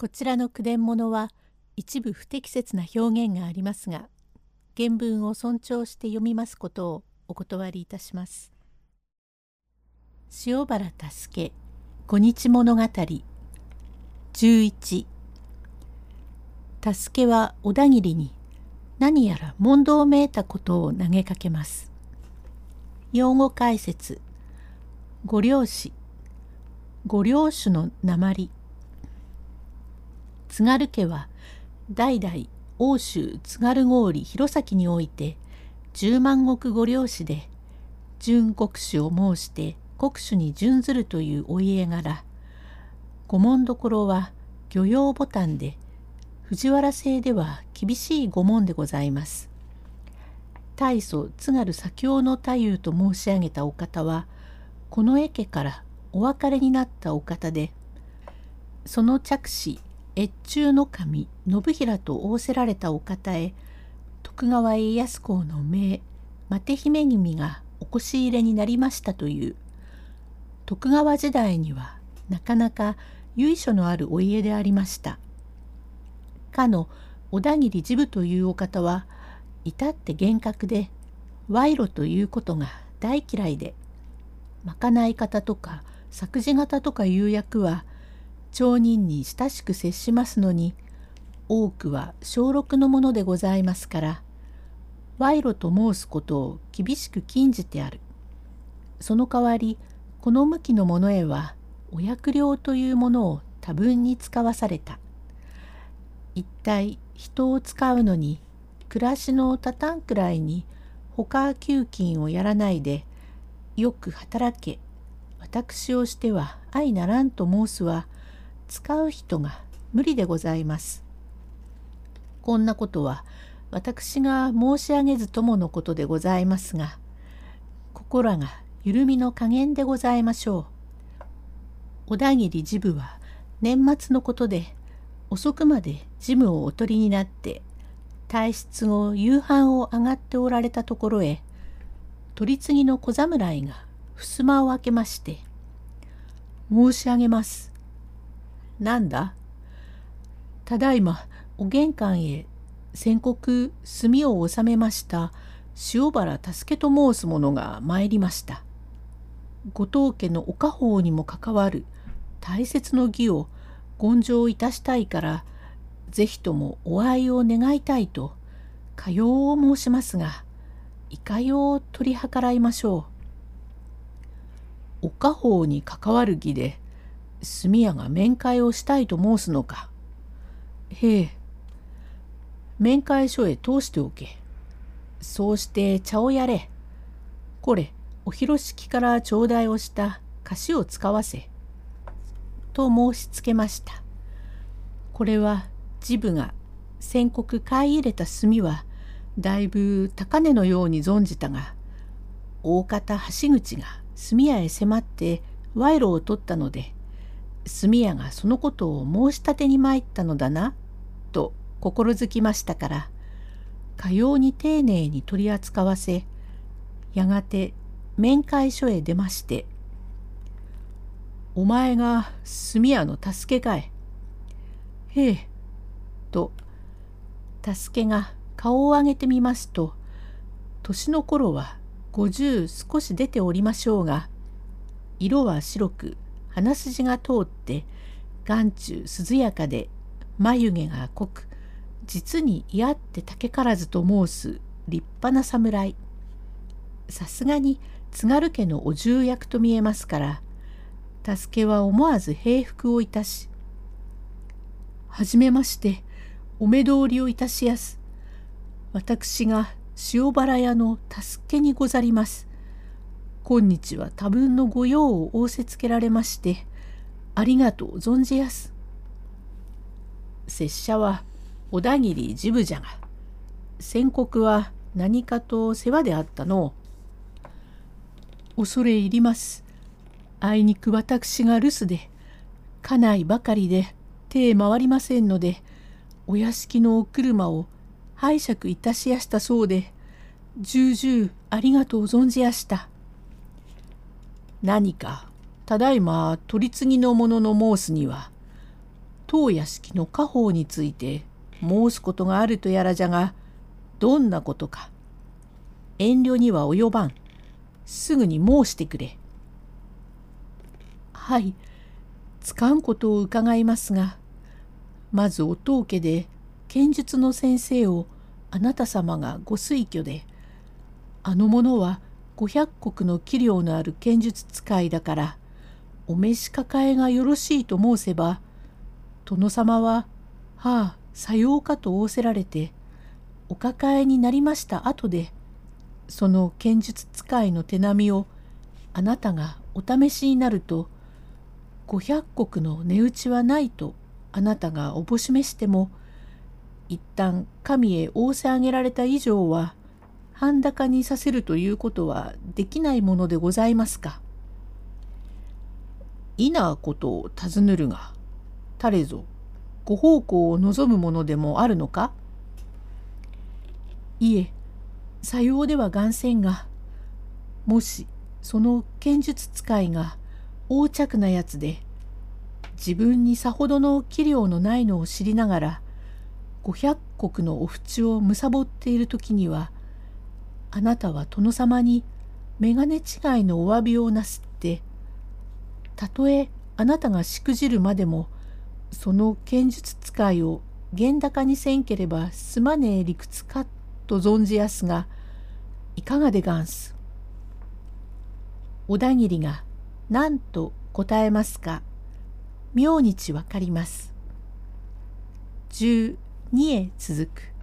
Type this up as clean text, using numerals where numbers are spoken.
こちらの句伝物は一部不適切な表現がありますが、原文を尊重して読みますことをお断りいたします。塩原助小日物語11。助は小田切に何やら問答めいたことを投げかけます。用語解説。ご領主。ご領主の訛。津軽家は代々奥州津軽郡弘前において10万石ご領主で、準国主を申して国主に準ずるというお家柄。御門所は御用ボタンで、藤原姓では厳しい御門でございます。大祖津軽左京の太夫と申し上げたお方は、この江家からお別れになったお方で、その嫡子越中の神信平と仰せられたお方へ、徳川家康公の命又姫君がお越し入れになりましたという、徳川時代にはなかなか由緒のあるお家でありました。かの小田切治部というお方は、至って厳格で賄賂ということが大嫌いで、まかない方とか作事方とかいう役は町人に親しく接しますのに、多くは小禄のものでございますから、賄賂と申すことを厳しく禁じてある。その代わり、この向きのものへはお役料というものを多分に使わされた。一体人を使うのに、暮らしのたたんくらいに他給金をやらないで、よく働け、私をしては相ならんと申すは、使う人が無理でございます。こんなことは私が申し上げずとものことでございますが、ここらが緩みの加減でございましょう。小田切治部は年末のことで遅くまで事務をお取りになって、退出後夕飯を上がっておられたところへ、取り次ぎの小侍が襖を開けまして、申し上げます。なんだ。ただいまお玄関へ先刻炭を収めました塩原助と申す者が参りました。ご当家のお家宝にも関わる大切の儀を言上いたしたいから、ぜひともお愛を願いたいとかようを申しますが、いかよう取り計らいましょう。お家宝に関わる儀で炭屋が面会をしたいと申すのか。へえ。面会所へ通しておけ。そうして茶をやれ。これ、お広敷から頂戴をした菓子を使わせ。と申しつけました。これは治部が先刻買い入れた炭は、だいぶ高値のように存じたが、大方橋口が炭屋へ迫って賄賂を取ったので、炭屋がそのことを申し立てに参ったのだな、と心づきましたから、かように丁寧に取り扱わせ、やがて面会所へ出まして、お前が炭屋の助けかい。へえ、と、助けが顔を上げてみますと、年の頃は50少し出ておりましょうが、色は白く、鼻筋が通って眼中涼やかで、眉毛が濃く、実にいあって竹からずと申す立派な侍。さすがに津軽家のお重役と見えますから、助けは思わず平服をいたし、はじめまして、お目通りをいたしやす。私が塩原屋の助けにござります。今日は多分の御用を仰せつけられまして、ありがとう存じやす。拙者は小田切治部じゃが、先刻は何かと世話であったのう。恐れ入ります。あいにく私が留守で、家内ばかりで手回りませんので、お屋敷のお車を拝借いたしやしたそうで、重々ありがとう存じやした。何かただいま取り次ぎの者の申すには、 当屋敷の家宝について申すことがあるとやらじゃが、どんなことか。遠慮には及ばん。すぐに申してくれ。はい、つかんことを伺いますが、まずお当家で剣術の先生をあなた様がご推挙で、あの者は500石の器量のある剣術使いだから、お召し抱えがよろしいと申せば、殿様は、はあ、さようかと仰せられて、お抱えになりました後で、その剣術使いの手並みをあなたがお試しになると、500石の値打ちはないとあなたがおぼしめしても、一旦神へ仰せ上げられた以上は、半高にさせるということはできないものでございますか。いなことを尋ねるが、誰ぞご奉公を望むものでもあるのか。いえ、さようではがんせんが、もしその剣術使いが横着なやつで、自分にさほどの器量のないのを知りながら、500石のお淵をむさぼっているときには、あなたは殿様に眼鏡違いのお詫びをなすって、たとえあなたがしくじるまでも、その剣術使いを厳高にせんければすまねえ理屈かと存じやすが、いかがでがんす。小田切が何と答えますか、明日わかります。12へ続く。